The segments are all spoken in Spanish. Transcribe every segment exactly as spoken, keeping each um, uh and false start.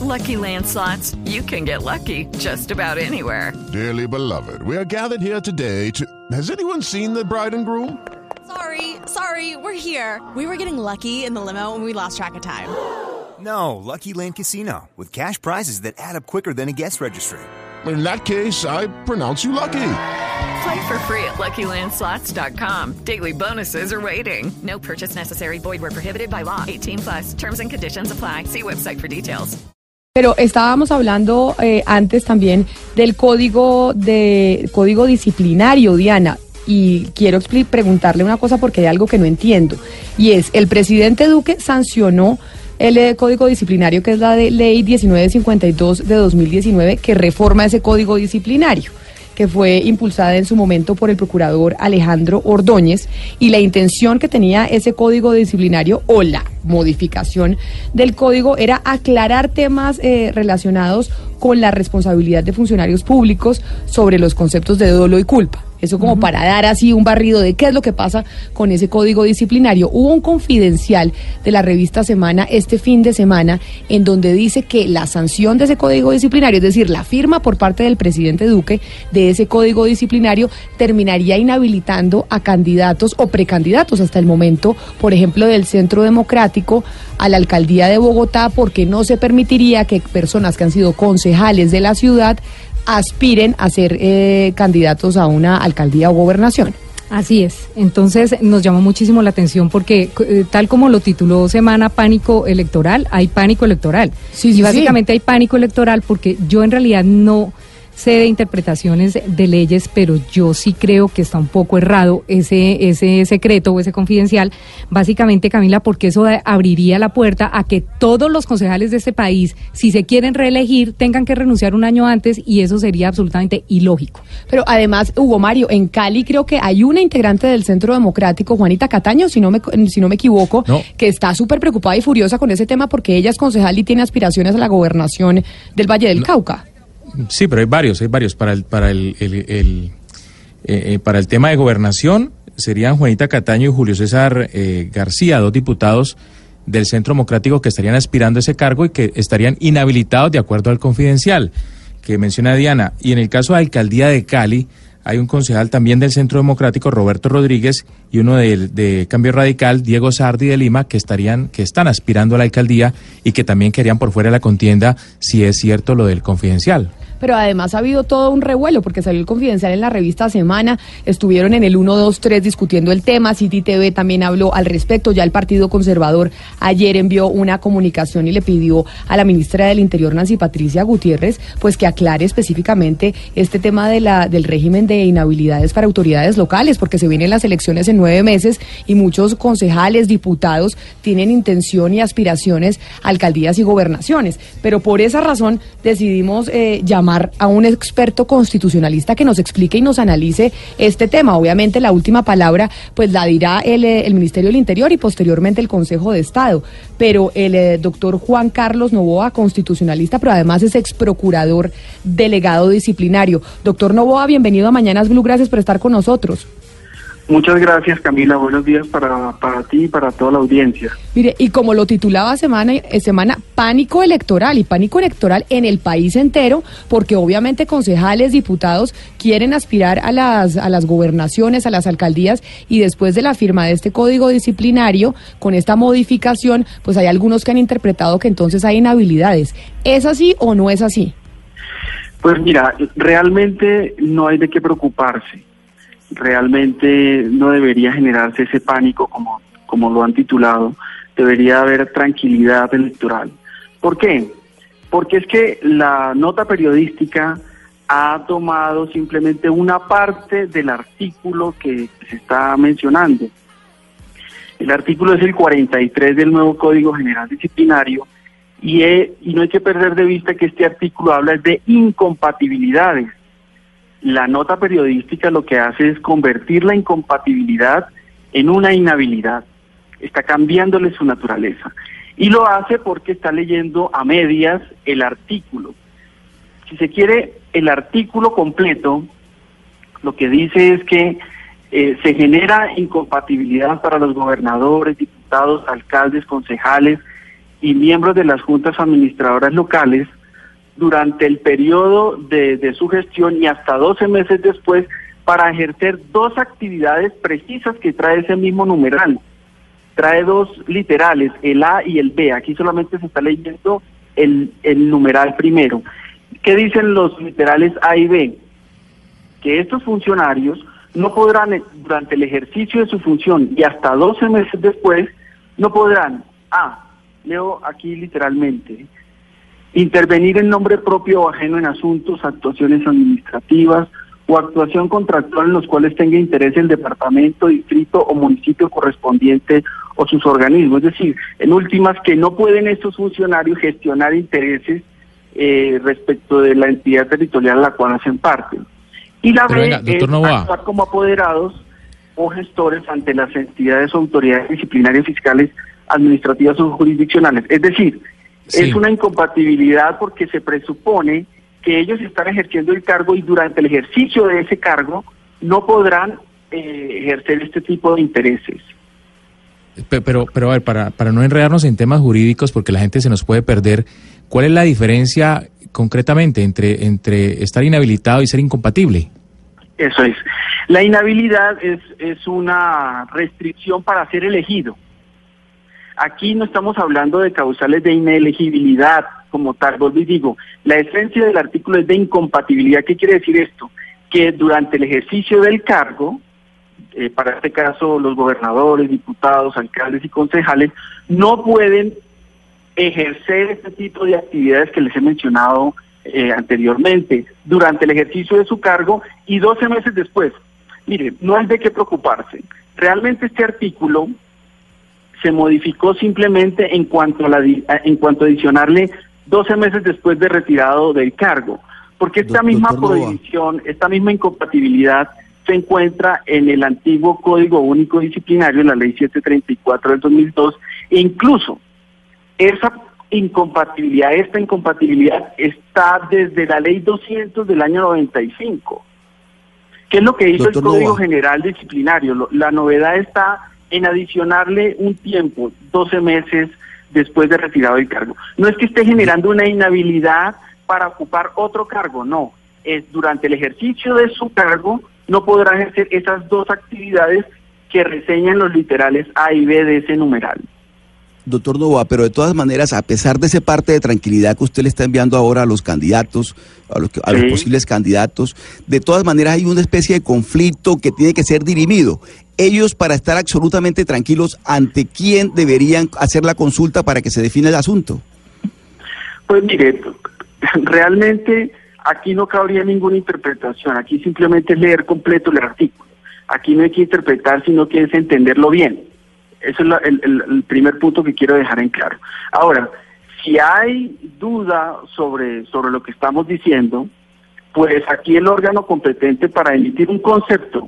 Lucky Land Slots, you can get lucky just about anywhere. Dearly beloved, we are gathered here today to... Has anyone seen the bride and groom? Sorry, sorry, we're here. We were getting lucky in the limo and we lost track of time. No, Lucky Land Casino, with cash prizes that add up quicker than a guest registry. In that case, I pronounce you lucky. Play for free at Lucky Land Slots dot com. Daily bonuses are waiting. No purchase necessary. Void where prohibited by law. eighteen plus. Terms and conditions apply. See website for details. Pero estábamos hablando eh, antes también del código de código disciplinario, Diana, y quiero preguntarle una cosa porque hay algo que no entiendo, y es, el presidente Duque sancionó el eh, código disciplinario, que es la de ley diecinueve cincuenta y dos de dos mil diecinueve, que reforma ese código disciplinario, que fue impulsada en su momento por el procurador Alejandro Ordóñez, y la intención que tenía ese código disciplinario o la modificación del código era aclarar temas eh, relacionados con la responsabilidad de funcionarios públicos sobre los conceptos de dolo y culpa. Eso como uh-huh. para dar así un barrido de qué es lo que pasa con ese código disciplinario. Hubo un confidencial de la revista Semana este fin de semana en donde dice que la sanción de ese código disciplinario, es decir, la firma por parte del presidente Duque de ese código disciplinario, terminaría inhabilitando a candidatos o precandidatos hasta el momento, por ejemplo, del Centro Democrático a la alcaldía de Bogotá, porque no se permitiría que personas que han sido concejales de la ciudad aspiren a ser eh, candidatos a una alcaldía o gobernación. Así es, entonces nos llamó muchísimo la atención porque eh, tal como lo tituló Semana Pánico Electoral, hay pánico electoral. Sí, sí, y básicamente sí. Hay pánico electoral porque yo en realidad no sé de interpretaciones de leyes, pero yo sí creo que está un poco errado ese ese secreto o ese confidencial, básicamente, Camila, porque eso abriría la puerta a que todos los concejales de este país, si se quieren reelegir, tengan que renunciar un año antes, y eso sería absolutamente ilógico. Pero además, Hugo Mario, en Cali creo que hay una integrante del Centro Democrático, Juanita Cataño, si no me, si no me equivoco, no. que está súper preocupada y furiosa con ese tema porque ella es concejal y tiene aspiraciones a la gobernación del Valle del no. Cauca. Sí, pero hay varios, hay varios. Para el, para el, el, el eh, para el tema de gobernación serían Juanita Cataño y Julio César eh, García, dos diputados del Centro Democrático que estarían aspirando a ese cargo y que estarían inhabilitados de acuerdo al confidencial que menciona Diana. Y en el caso de la alcaldía de Cali, hay un concejal también del Centro Democrático, Roberto Rodríguez, y uno de, de Cambio Radical, Diego Sardi de Lima, que estarían, que están aspirando a la alcaldía y que también querían por fuera de la contienda, si es cierto lo del confidencial. Pero además ha habido todo un revuelo porque salió el confidencial en la revista Semana, estuvieron en el uno, dos, tres discutiendo el tema, City T V también habló al respecto, ya el Partido Conservador ayer envió una comunicación y le pidió a la ministra del Interior, Nancy Patricia Gutiérrez, pues que aclare específicamente este tema de la del régimen de inhabilidades para autoridades locales, porque se vienen las elecciones en nueve meses y muchos concejales, diputados tienen intención y aspiraciones a alcaldías y gobernaciones, pero por esa razón decidimos eh, llamar a un experto constitucionalista que nos explique y nos analice este tema. Obviamente la última palabra pues la dirá el, el Ministerio del Interior y posteriormente el Consejo de Estado, pero el eh, doctor Juan Carlos Novoa, constitucionalista, pero además es exprocurador delegado disciplinario. Doctor Novoa, bienvenido a Mañanas Blue, gracias por estar con nosotros. Muchas gracias, Camila. Buenos días para, para ti y para toda la audiencia. Mire, y como lo titulaba Semana, eh, Semana, pánico electoral, y pánico electoral en el país entero, porque obviamente concejales, diputados quieren aspirar a las, a las gobernaciones, a las alcaldías, y después de la firma de este código disciplinario, con esta modificación, pues hay algunos que han interpretado que entonces hay inhabilidades. ¿Es así o no es así? Pues mira, realmente no hay de qué preocuparse. Realmente no debería generarse ese pánico como, como lo han titulado, debería haber tranquilidad electoral. ¿Por qué? Porque es que la nota periodística ha tomado simplemente una parte del artículo que se está mencionando. El artículo es el cuarenta y tres del nuevo Código General Disciplinario y, he, y no hay que perder de vista que este artículo habla de incompatibilidades. La nota periodística lo que hace es convertir la incompatibilidad en una inhabilidad. Está cambiándole su naturaleza. Y lo hace porque está leyendo a medias el artículo. Si se quiere, el artículo completo lo que dice es que eh, se genera incompatibilidad para los gobernadores, diputados, alcaldes, concejales y miembros de las juntas administradoras locales durante el periodo de, de su gestión y hasta doce meses después para ejercer dos actividades precisas que trae ese mismo numeral. Trae dos literales, el A y el B. Aquí solamente se está leyendo el, el numeral primero. ¿Qué dicen los literales A y B? Que estos funcionarios no podrán, durante el ejercicio de su función y hasta doce meses después, no podrán, A, leo aquí literalmente, intervenir en nombre propio o ajeno en asuntos, actuaciones administrativas o actuación contractual en los cuales tenga interés el departamento, distrito o municipio correspondiente o sus organismos. Es decir, en últimas, que no pueden estos funcionarios gestionar intereses eh, respecto de la entidad territorial a la cual hacen parte. Y la B es actuar como apoderados o gestores ante las entidades o autoridades disciplinarias, fiscales, administrativas o jurisdiccionales. Es decir, sí. Es una incompatibilidad porque se presupone que ellos están ejerciendo el cargo y durante el ejercicio de ese cargo no podrán eh, ejercer este tipo de intereses. Pero, pero, pero a ver, para, para no enredarnos en temas jurídicos, porque la gente se nos puede perder, ¿cuál es la diferencia concretamente entre, entre estar inhabilitado y ser incompatible? Eso es. La inhabilidad es, es una restricción para ser elegido. Aquí no estamos hablando de causales de inelegibilidad como tal, vuelvo y digo, la esencia del artículo es de incompatibilidad. ¿Qué quiere decir esto? Que durante el ejercicio del cargo, eh, para este caso los gobernadores, diputados, alcaldes y concejales, no pueden ejercer este tipo de actividades que les he mencionado eh, anteriormente, durante el ejercicio de su cargo y doce meses después. Mire, no hay de qué preocuparse. Realmente este artículo se modificó simplemente en cuanto a la en cuanto a adicionarle doce meses después de retirado del cargo, porque esta misma prohibición, esta misma incompatibilidad se encuentra en el antiguo Código Único Disciplinario, en la Ley setecientos treinta y cuatro del dos mil dos, e incluso esa incompatibilidad, esta incompatibilidad está desde la Ley doscientos del año noventa y cinco. ¿Qué es lo que hizo Doctor el Código Nova. General Disciplinario? La novedad está en adicionarle un tiempo, doce meses después de retirado del cargo. No es que esté generando una inhabilidad para ocupar otro cargo, no. Es durante el ejercicio de su cargo no podrá ejercer esas dos actividades que reseñan los literales A y B de ese numeral. Doctor Novoa, pero de todas maneras, a pesar de ese parte de tranquilidad que usted le está enviando ahora a los candidatos, a los, a sí. los posibles candidatos, de todas maneras hay una especie de conflicto que tiene que ser dirimido. Ellos, para estar absolutamente tranquilos, ¿ante quién deberían hacer la consulta para que se define el asunto? Pues mire, realmente aquí no cabría ninguna interpretación, aquí simplemente es leer completo el artículo. Aquí no hay que interpretar, sino que es entenderlo bien. Ese es la, el, el, el primer punto que quiero dejar en claro. Ahora, si hay duda sobre, sobre lo que estamos diciendo, pues aquí el órgano competente para emitir un concepto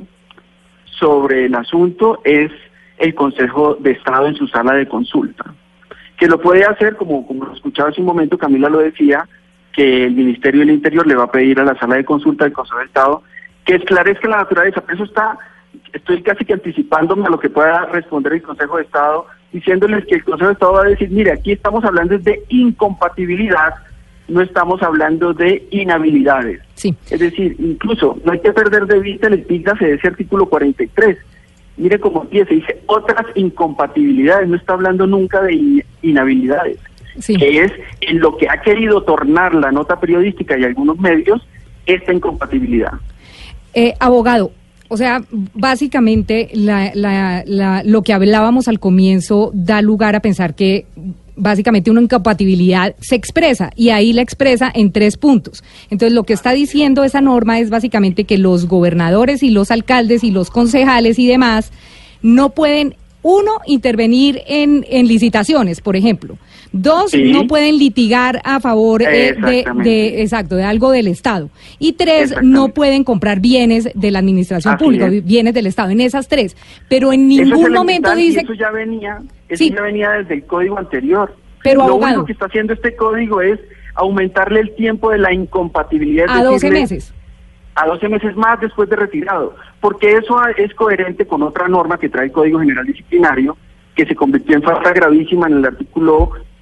sobre el asunto es el Consejo de Estado en su sala de consulta, que lo puede hacer, como, como lo escuchaba hace un momento, Camila lo decía, que el Ministerio del Interior le va a pedir a la sala de consulta del Consejo de Estado que esclarezca la naturaleza. Eso está... Estoy casi que anticipándome a lo que pueda responder el Consejo de Estado, diciéndoles que el Consejo de Estado va a decir, mire, aquí estamos hablando de incompatibilidad, no estamos hablando de inhabilidades. Sí. Es decir, incluso no hay que perder de vista el epígrafe de ese artículo cuarenta y tres. Mire cómo empieza, dice otras incompatibilidades, no está hablando nunca de in inhabilidades, sí. que es en lo que ha querido tornar la nota periodística y algunos medios esta incompatibilidad. Eh, abogado, o sea, básicamente la, la, la, lo que hablábamos al comienzo da lugar a pensar que básicamente una incompatibilidad se expresa y ahí la expresa en tres puntos. Entonces lo que está diciendo esa norma es básicamente que los gobernadores y los alcaldes y los concejales y demás no pueden, uno, intervenir en, en licitaciones, por ejemplo. Dos, sí. no pueden litigar a favor eh, de, de, exacto, de algo del Estado. Y tres, no pueden comprar bienes de la administración Así pública, es. bienes del Estado, en esas tres. Pero en ningún momento dice... Eso ya venía, eso sí. ya venía desde el código anterior. Pero Lo abogado, único que está haciendo este código es aumentarle el tiempo de la incompatibilidad. A doce meses. A doce meses más después de retirado. Porque eso es coherente con otra norma que trae el Código General Disciplinario, que se convirtió en falta gravísima en el artículo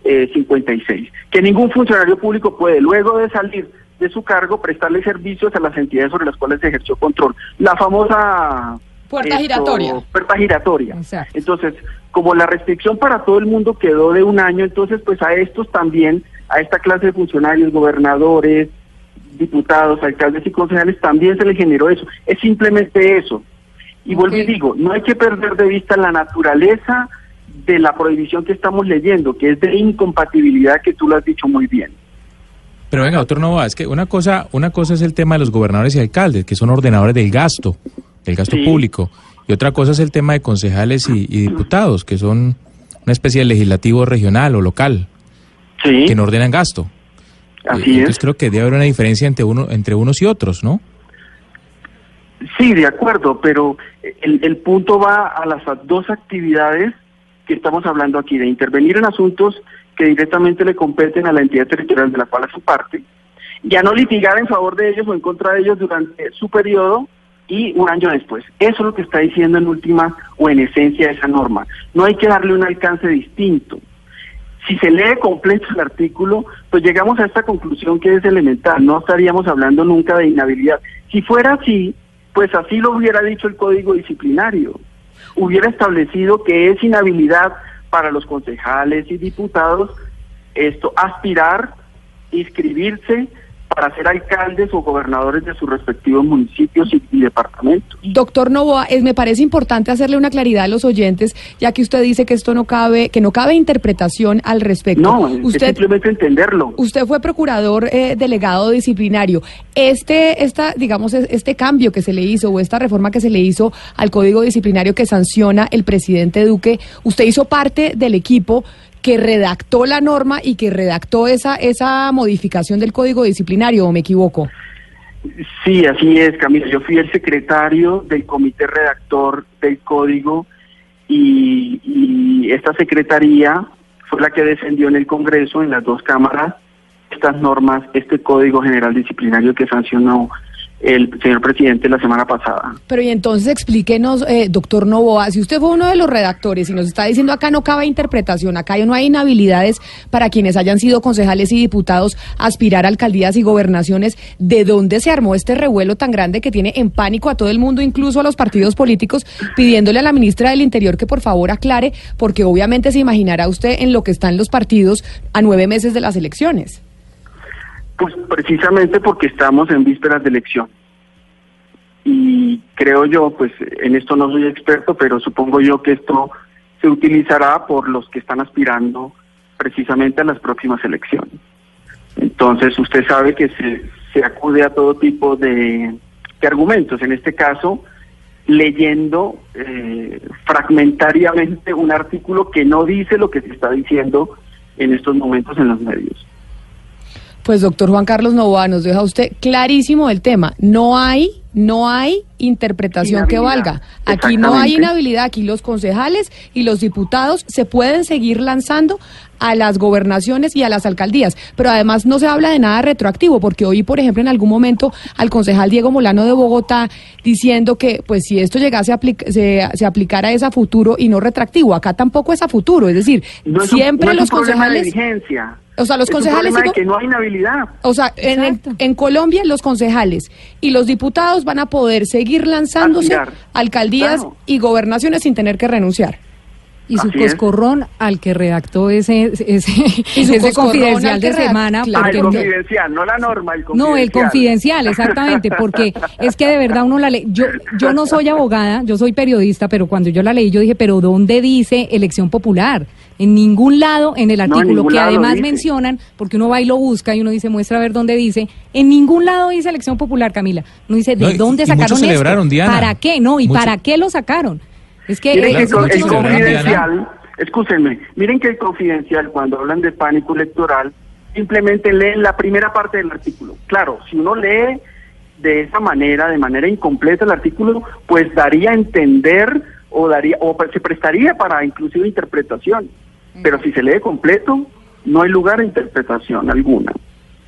eh, cincuenta y seis, que ningún funcionario público puede, luego de salir de su cargo, prestarle servicios a las entidades sobre las cuales se ejerció control. La famosa... Puerta esto, giratoria. Puerta giratoria. Exacto. Entonces, como la restricción para todo el mundo quedó de un año, entonces pues a estos también, a esta clase de funcionarios, gobernadores, diputados, alcaldes y concejales, también se les generó eso. Es simplemente eso. Y okay. vuelvo y digo, no hay que perder de vista la naturaleza de la prohibición que estamos leyendo, que es de incompatibilidad, que tú lo has dicho muy bien. Pero venga, doctor Novoa, es que una cosa, una cosa es el tema de los gobernadores y alcaldes, que son ordenadores del gasto, del gasto sí. público, y otra cosa es el tema de concejales y, y diputados, que son una especie de legislativo regional o local, sí. que no ordenan gasto. Así Entonces es. creo que debe haber una diferencia entre uno, entre unos y otros, ¿no? Sí, de acuerdo, pero el, el punto va a las dos actividades que estamos hablando aquí, de intervenir en asuntos que directamente le competen a la entidad territorial de la cual hace parte, ya no litigar en favor de ellos o en contra de ellos durante su periodo y un año después. Eso es lo que está diciendo en última o en esencia esa norma. No hay que darle un alcance distinto. Si se lee completo el artículo, pues llegamos a esta conclusión que es elemental, no estaríamos hablando nunca de inhabilidad. Si fuera así, pues así lo hubiera dicho el Código Disciplinario. Hubiera establecido que es inhabilidad para los concejales y diputados esto aspirar, inscribirse para ser alcaldes o gobernadores de sus respectivos municipios y, y departamentos. Doctor Novoa, es, me parece importante hacerle una claridad a los oyentes, ya que usted dice que esto no cabe, que no cabe interpretación al respecto. No, usted, es simplemente entenderlo. Usted fue procurador eh, delegado disciplinario. Este, esta, digamos, este cambio que se le hizo o esta reforma que se le hizo al Código Disciplinario que sanciona el presidente Duque, usted hizo parte del equipo que redactó la norma y que redactó esa esa modificación del Código Disciplinario, ¿o me equivoco? Sí, así es, Camila. Yo fui el secretario del comité redactor del Código y, y esta secretaría fue la que defendió en el Congreso, en las dos cámaras, estas normas, este Código General Disciplinario que sancionó el señor presidente la semana pasada. Pero y entonces explíquenos, eh, doctor Novoa, si usted fue uno de los redactores y nos está diciendo acá no cabe interpretación, acá no hay inhabilidades para quienes hayan sido concejales y diputados aspirar a alcaldías y gobernaciones, ¿de dónde se armó este revuelo tan grande que tiene en pánico a todo el mundo, incluso a los partidos políticos, pidiéndole a la ministra del Interior que por favor aclare, porque obviamente se imaginará usted en lo que están los partidos a nueve meses de las elecciones? Pues precisamente porque estamos en vísperas de elección. Y creo yo, pues en esto no soy experto, pero supongo yo que esto se utilizará por los que están aspirando precisamente a las próximas elecciones. Entonces usted sabe que se, se acude a todo tipo de, de argumentos, en este caso leyendo eh, fragmentariamente un artículo que no dice lo que se está diciendo en estos momentos en los medios. Pues doctor Juan Carlos Novoa, nos deja usted clarísimo el tema. No hay, no hay interpretación que valga. Aquí no hay inhabilidad, aquí los concejales y los diputados se pueden seguir lanzando a las gobernaciones y a las alcaldías, pero además no se habla de nada retroactivo, porque oí, por ejemplo, en algún momento al concejal Diego Molano de Bogotá diciendo que pues si esto llegase a aplicar, se, se aplicara es a futuro y no retroactivo. Acá tampoco es a futuro, es decir, no es siempre un, no los es un concejales... de vigencia. O sea, los es concejales... Un problema de que no hay inhabilidad. O sea, en, en Colombia los concejales y los diputados van a poder seguir lanzándose a alcaldías claro. y gobernaciones sin tener que renunciar. Y su Así coscorrón es. al que redactó ese ese, ese confidencial de semana. Claro. Ah, el confidencial, no la norma, el confidencial. No, el confidencial, exactamente, porque es que de verdad uno la lee. Yo, yo no soy abogada, yo soy periodista, pero cuando yo la leí yo dije, pero ¿dónde dice elección popular? En ningún lado en el artículo, no, que además mencionan, porque uno va y lo busca y uno dice, muestra a ver dónde dice, en ningún lado dice elección popular, Camila. Uno dice, ¿de no, dónde y, sacaron y celebraron, esto? Diana. ¿Para qué? No, ¿y Mucho. para qué lo sacaron? Es que miren eh, que el, el confidencial, escúchenme, miren que el confidencial, cuando hablan de pánico electoral, simplemente leen la primera parte del artículo. Claro, si uno lee de esa manera, de manera incompleta el artículo, pues daría a entender o daría o se prestaría para inclusive interpretación. Pero si se lee completo, no hay lugar a interpretación alguna.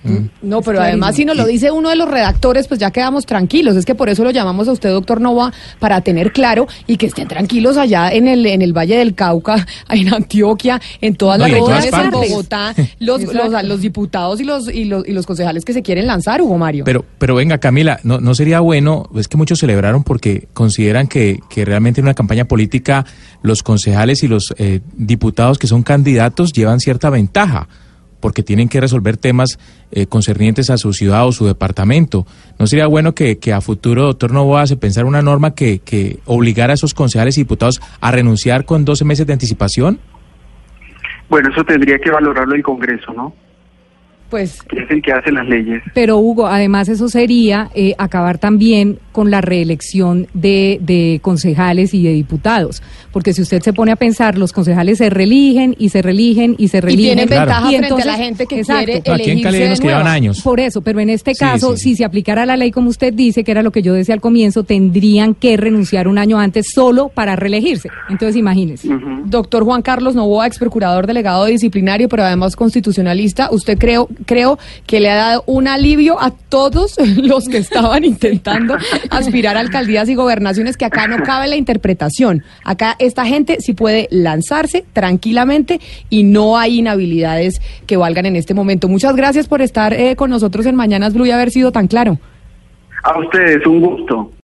No, pero además si nos lo dice uno de los redactores, pues ya quedamos tranquilos. Es que por eso lo llamamos a usted, doctor Novoa, para tener claro y que estén tranquilos allá en el en el Valle del Cauca, en Antioquia, en todas no, las regiones, en partes. Bogotá, los, los, los diputados y los, y los y los concejales que se quieren lanzar, Hugo Mario. Pero, pero venga, Camila, no, no sería bueno, es que muchos celebraron porque consideran que, que realmente en una campaña política los concejales y los eh, diputados que son candidatos llevan cierta ventaja, porque tienen que resolver temas eh, concernientes a su ciudad o su departamento. ¿No sería bueno que, que a futuro, doctor Novoa, se pensara una norma que, que obligara a esos concejales y diputados a renunciar con doce meses de anticipación? Bueno, eso tendría que valorarlo el Congreso, ¿no? Pues, que es el que hace las leyes. Pero Hugo, además eso sería eh, acabar también con la reelección de, de concejales y de diputados, porque si usted se pone a pensar, los concejales se reeligen y se reeligen y se reeligen. Y tienen claro. ventaja y frente entonces, a la gente que exacto. quiere Aquí en elegirse Cali hay unos de que llevan nuevo. años. Por eso, pero en este Sí, caso, sí, sí. si se aplicara la ley como usted dice, que era lo que yo decía al comienzo, tendrían que renunciar un año antes solo para reelegirse. Entonces, imagínese. Uh-huh. Doctor Juan Carlos Novoa, ex procurador delegado disciplinario, pero además constitucionalista, usted creo, creo que le ha dado un alivio a todos los que estaban intentando aspirar a alcaldías y gobernaciones, que acá no cabe la interpretación. Acá esta gente sí puede lanzarse tranquilamente y no hay inhabilidades que valgan en este momento. Muchas gracias por estar eh, con nosotros en Mañanas Blue y haber sido tan claro. A ustedes, un gusto.